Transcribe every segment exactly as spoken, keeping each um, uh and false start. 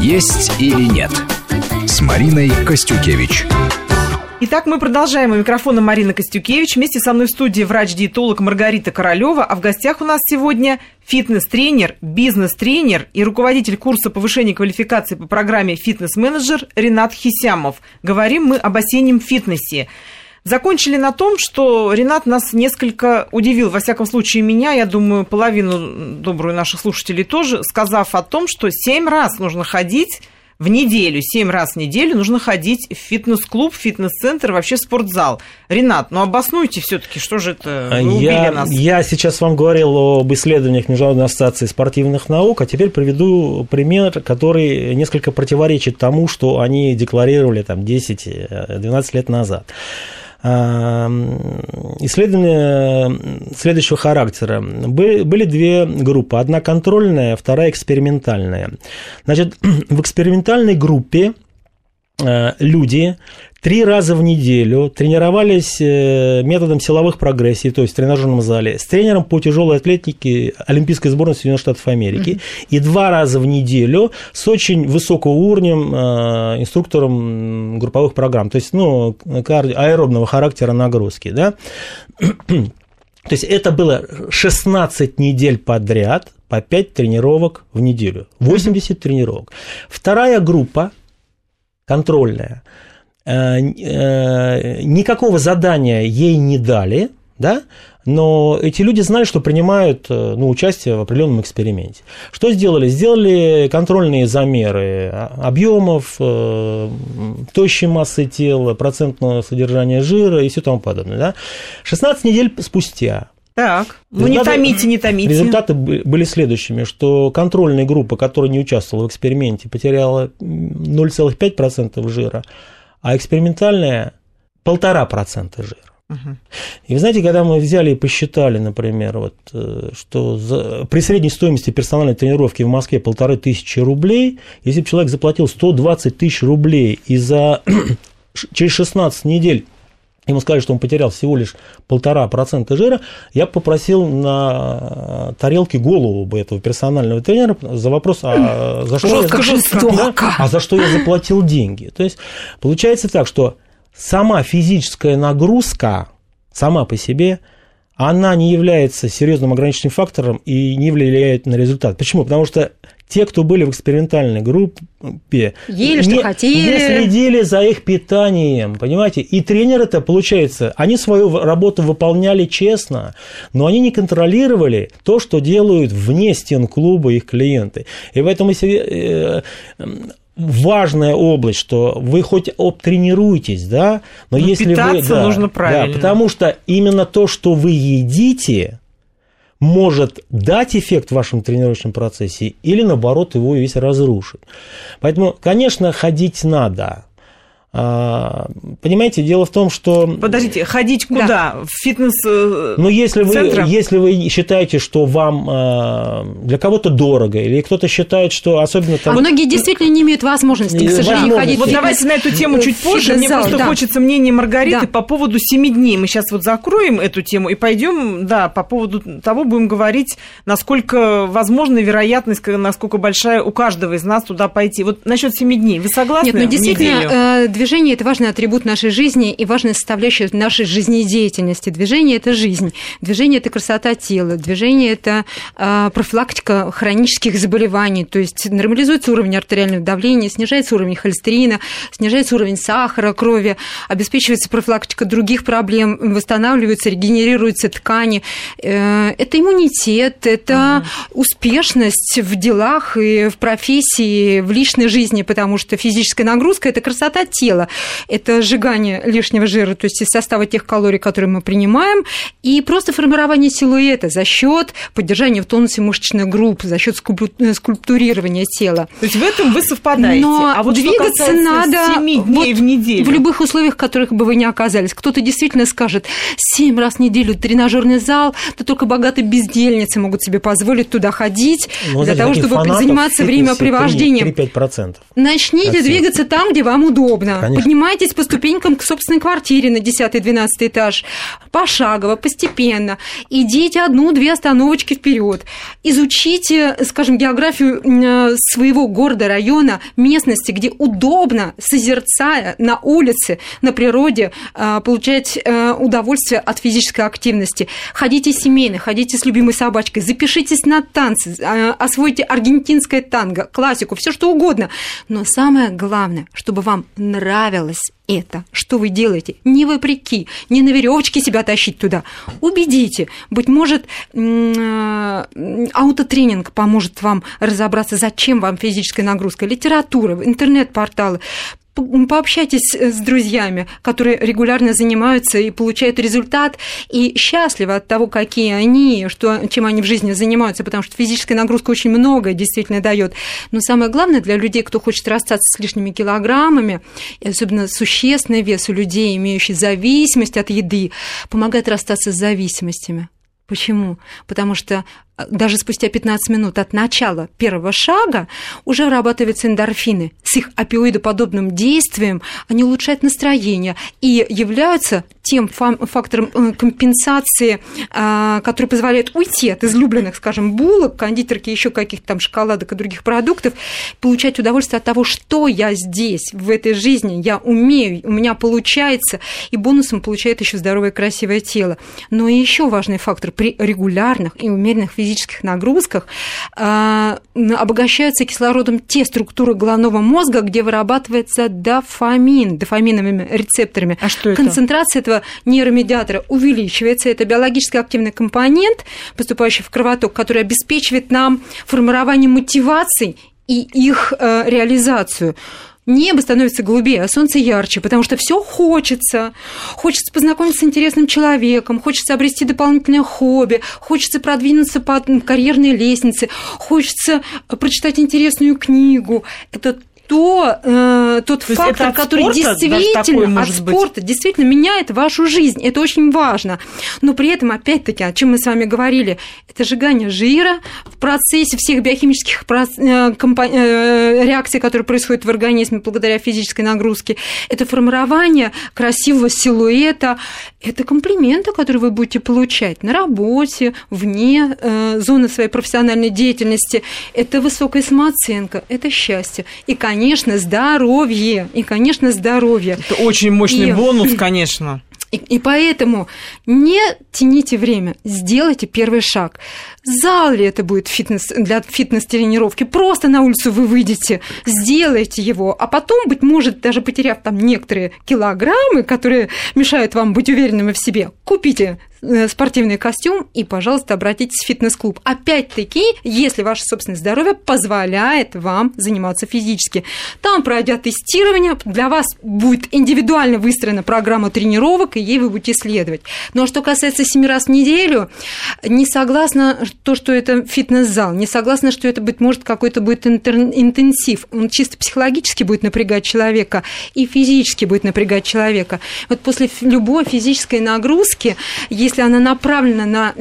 «Есть или нет» с Мариной Костюкевич. Итак, мы продолжаем. У микрофона Марина Костюкевич. Вместе со мной в студии врач-диетолог Маргарита Королева. А в гостях у нас сегодня фитнес-тренер, бизнес-тренер и руководитель курса повышения квалификации по программе «Фитнес-менеджер» Ренат Хисямов. Говорим мы об осеннем фитнесе. Закончили на том, что Ренат нас несколько удивил, во всяком случае меня, я думаю, половину добрую наших слушателей тоже, сказав о том, что семь раз нужно ходить в неделю, семь раз в неделю нужно ходить в фитнес-клуб, в фитнес-центр, вообще в спортзал. Ренат, ну обоснуйте все-таки, что же это вы убили я, нас? Я сейчас вам говорил об исследованиях Международной ассоциации спортивных наук, а теперь приведу пример, который несколько противоречит тому, что они декларировали там десять-двенадцать лет назад. Исследования следующего характера. Были две группы. Одна контрольная, вторая экспериментальная. Значит, в экспериментальной группе люди три раза в неделю тренировались методом силовых прогрессий, то есть в тренажерном зале, с тренером по тяжелой атлетике Олимпийской сборной Соединенных Штатов Америки, mm-hmm. и два раза в неделю с очень высокого уровня инструктором групповых программ, то есть ну, аэробного характера нагрузки. Да? То есть это было шестнадцать недель подряд по пять тренировок в неделю, восемьдесят mm-hmm. тренировок. Вторая группа, контрольная, никакого задания ей не дали, да, но эти люди знали, что принимают ну, участие в определенном эксперименте. Что сделали? Сделали контрольные замеры объемов, тощей массы тела, процентного содержания жира и все тому подобное. Да? шестнадцать недель спустя. Так, ну не томите, не томите. Результаты были следующими, что контрольная группа, которая не участвовала в эксперименте, потеряла ноль целых пять десятых процента жира, а экспериментальная – полтора процента жира. Угу. И вы знаете, когда мы взяли и посчитали, например, вот, что за, при средней стоимости персональной тренировки в Москве полторы тысячи рублей, если бы человек заплатил сто двадцать тысяч рублей и за через шестнадцать недель ему сказали, что он потерял всего лишь полтора процента жира, я бы попросил на тарелке голову бы этого персонального тренера за вопрос, а за, что я, да, а за что я заплатил деньги. То есть получается так, что сама физическая нагрузка, сама по себе, она не является серьезным ограничительным фактором и не влияет на результат. Почему? Потому что те, кто были в экспериментальной группе, ели, не, что хотели, не следили за их питанием, понимаете? И тренеры-то, получается, они свою работу выполняли честно, но они не контролировали то, что делают вне стен клуба их клиенты. И поэтому если... важная область, что вы хоть обтренируетесь, да, но, но если питаться вы, да, нужно правильно. Да, потому что именно то, что вы едите, может дать эффект в вашем тренировочном процессе или, наоборот, его весь разрушить. Поэтому, конечно, ходить надо. Понимаете, дело в том, что... Подождите, ходить куда? Да. В фитнес-центр? Ну, если вы, если вы считаете, что вам для кого-то дорого, или кто-то считает, что особенно... Там... А многие действительно не имеют возможности, к сожалению, да. ходить вот в фитнес. Давайте на эту тему чуть позже. Мне просто да. хочется мнение Маргариты да. по поводу семи дней. Мы сейчас вот закроем эту тему и пойдем, да, по поводу того будем говорить, насколько возможна вероятность, насколько большая у каждого из нас туда пойти. Вот насчет семи дней. Вы согласны? Нет, ну действительно... Движение – это важный атрибут нашей жизни и важная составляющая нашей жизнедеятельности. Движение – это жизнь, движение – это красота тела, движение – это профилактика хронических заболеваний, то есть нормализуется уровень артериального давления, снижается уровень холестерина, снижается уровень сахара крови, обеспечивается профилактика других проблем, восстанавливаются, регенерируются ткани. Это иммунитет, это угу. успешность в делах и в профессии, в личной жизни, потому что физическая нагрузка – это красота тела. Это сжигание лишнего жира, то есть из состава тех калорий, которые мы принимаем, и просто формирование силуэта за счет поддержания в тонусе мышечных групп, за счет скульптурирования тела. То есть в этом вы совпадаете. Но а вот двигаться надо семи дней вот в неделю. В любых условиях, в которых бы вы ни оказались. Кто-то действительно скажет, семь раз в неделю тренажерный зал, то только богатые бездельницы могут себе позволить туда ходить, ну, для того, чтобы заниматься времяпрепровождением. три-пять процентов. Начните двигаться там, где вам удобно. Конечно. Поднимайтесь по ступенькам к собственной квартире на десятый-двенадцатый этаж, пошагово, постепенно. Идите одну-две остановочки вперед. Изучите, скажем, географию своего города, района, местности, где удобно, созерцая на улице, на природе, получать удовольствие от физической активности. Ходите семейно, ходите с любимой собачкой, запишитесь на танцы, освойте аргентинское танго, классику, все что угодно. Но самое главное, чтобы вам нравилось это, что вы делаете, не вопреки, не на веревочке себя тащить туда. Убедите, быть может, аутотренинг поможет вам разобраться, зачем вам физическая нагрузка, литература, интернет-порталы. Пообщайтесь с друзьями, которые регулярно занимаются и получают результат, и счастливы от того, какие они, что, чем они в жизни занимаются, потому что физическая нагрузка очень многое действительно дает. Но самое главное для людей, кто хочет расстаться с лишними килограммами, и особенно существенный вес у людей, имеющих зависимость от еды, помогает расстаться с зависимостями. Почему? Потому что даже спустя пятнадцать минут от начала первого шага уже вырабатываются эндорфины. С их опиоидоподобным действием они улучшают настроение и являются тем фактором компенсации, который позволяет уйти от излюбленных, скажем, булок, кондитерки, еще каких-то там шоколадок и других продуктов, получать удовольствие от того, что я здесь, в этой жизни, я умею, у меня получается, и бонусом получает еще здоровое красивое тело. Но и еще важный фактор: при регулярных и умеренных физических нагрузках э, обогащаются кислородом те структуры головного мозга, где вырабатывается дофамин, дофаминовыми рецепторами. А что это? Концентрация этого нейромедиатора увеличивается. Это биологически активный компонент, поступающий в кровоток, который обеспечивает нам формирование мотиваций и их э, реализацию. Небо становится голубее, а солнце ярче, потому что все хочется. Хочется познакомиться с интересным человеком, хочется обрести дополнительное хобби, хочется продвинуться по карьерной лестнице, хочется прочитать интересную книгу. Это то, э, тот то фактор, который действительно от спорта быть. действительно меняет вашу жизнь. Это очень важно. Но при этом, опять-таки, о чем мы с вами говорили, это сжигание жира в процессе всех биохимических реакций, которые происходят в организме благодаря физической нагрузке. Это формирование красивого силуэта. Это комплименты, которые вы будете получать на работе, вне э, зоны своей профессиональной деятельности. Это высокая самооценка, это счастье. И, конечно, Конечно, здоровье. И, конечно, здоровье. Это очень мощный и, бонус, конечно. И, и поэтому не тяните время, сделайте первый шаг. Зал ли это будет фитнес, для фитнес-тренировки? Просто на улицу вы выйдете, сделайте его, а потом, быть может, даже потеряв там некоторые килограммы, которые мешают вам быть уверенными в себе, купите спортивный костюм и, пожалуйста, обратитесь в фитнес-клуб. Опять-таки, если ваше собственное здоровье позволяет вам заниматься физически. Там пройдя тестирование, для вас будет индивидуально выстроена программа тренировок, и ей вы будете следовать. Но что касается семи раз в неделю, не согласна то, что это фитнес-зал, не согласна, что это, быть может, какой-то будет интенсив. Он чисто психологически будет напрягать человека и физически будет напрягать человека. Вот после любой физической нагрузки, если она направлена на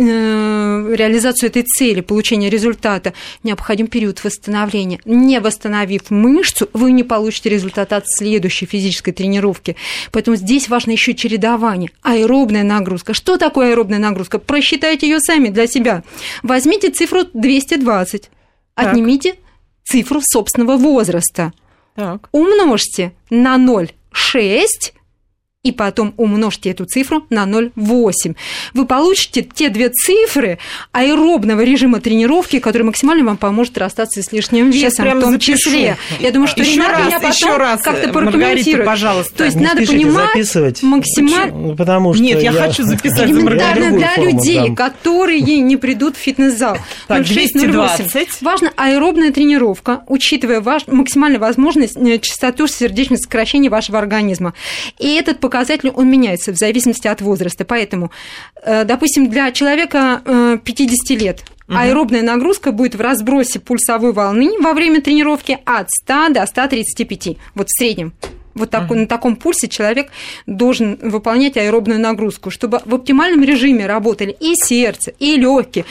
э, реализацию этой цели, получение результата, необходим период восстановления. Не восстановив мышцу, вы не получите результат от следующей физической тренировки. Поэтому здесь важно еще чередование. Аэробная нагрузка. Что такое аэробная нагрузка? Просчитайте ее сами для себя. Возьмите цифру двести двадцать, так. Отнимите цифру собственного возраста, так. Умножьте на ноль целых шесть и потом умножьте эту цифру на ноль целых восемь. Вы получите те две цифры аэробного режима тренировки, который максимально вам поможет расстаться с лишним весом, в том запишу. числе. Я думаю, что еще Рената раз, меня потом раз, как-то прокомментирует. Пожалуйста. То есть не надо понимать записывать. максимально... Потому что Нет, я, я хочу записать. Элементарно для людей, дам. которые не придут в фитнес-зал. Так, двести двадцать. Важна аэробная тренировка, учитывая ваш, максимально возможность частоту сердечного сокращения вашего организма. И этот показатель, он меняется в зависимости от возраста. Поэтому, допустим, для человека пятидесяти лет угу. аэробная нагрузка будет в разбросе пульсовой волны во время тренировки от ста до ста тридцати пяти, вот в среднем. Вот так, uh-huh. на таком пульсе человек должен выполнять аэробную нагрузку, чтобы в оптимальном режиме работали и сердце, и легкие.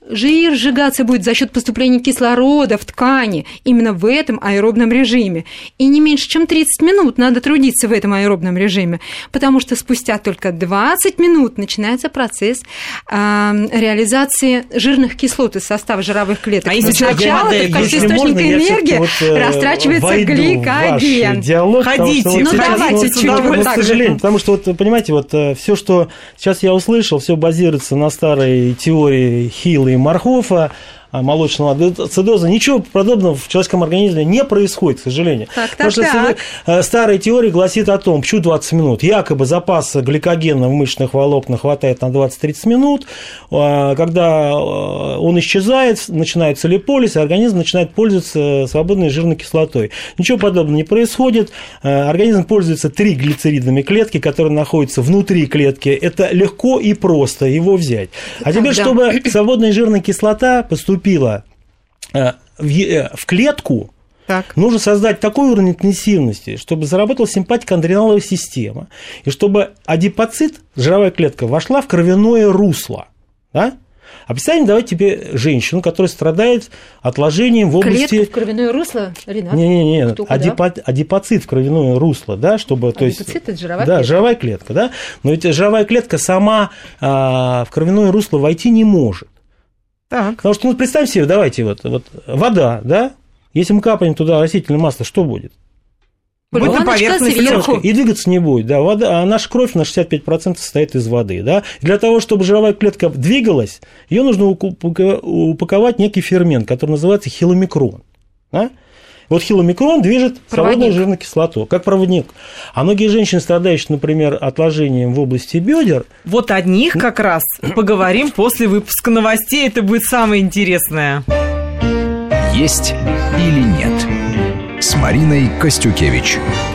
жир сжигаться будет за счет поступления кислорода в ткани именно в этом аэробном режиме. И не меньше, чем тридцать минут надо трудиться в этом аэробном режиме, потому что спустя только двадцать минут начинается процесс э, реализации жирных кислот из состава жировых клеток. А если сначала в качестве источника энергии вот, э, растрачивается гликоген. Диалог, ходите, что, ну вот, давайте вот, чуть вот, вот вот, так к сожалению, же. Потому что, вот, понимаете, вот все, что сейчас я услышал, все базируется на старой теории Хилла и Мархофа, молочного ацидоза. Ничего подобного в человеческом организме не происходит, к сожалению. Так, так, Потому что так. старая теория гласит о том, почему двадцать минут. Якобы запаса гликогена в мышечных волокнах хватает на двадцать-тридцать минут. Когда он исчезает, начинается липолиз, и организм начинает пользоваться свободной жирной кислотой. Ничего подобного не происходит. Организм пользуется триглицеридными клетками, которые находятся внутри клетки. Это легко и просто его взять. А теперь, да. чтобы свободная жирная кислота поступила в клетку, так. нужно создать такой уровень интенсивности, чтобы заработала симпатико-адреналовая система, и чтобы адипоцит, жировая клетка, вошла в кровяное русло. Да? А представим, давайте тебе женщину, которая страдает отложением в области... Клетку в кровяное русло, Ренат? Не-не-не, адипо... адипоцит в кровяное русло, да, чтобы... Адипоцит – то есть... это жировая да, клетка. жировая клетка, да, но ведь жировая клетка сама а, в кровяное русло войти не может. Так. Потому что, ну, представьте себе, давайте, вот, вот вода, да, если мы капаем туда растительное масло, что будет? Будет на поверхности сверху. И двигаться не будет, да, вода, а наша кровь на шестьдесят пять процентов состоит из воды, да. Для того, чтобы жировая клетка двигалась, ее нужно упаковать некий фермент, который называется хиломикрон, да? Вот хиломикрон движет свободную жирную кислоту, как проводник. А многие женщины, страдающие, например, отложением в области бедер... Вот о них как раз поговорим после выпуска новостей. Это будет самое интересное. Есть или нет? С Мариной Костюкевич.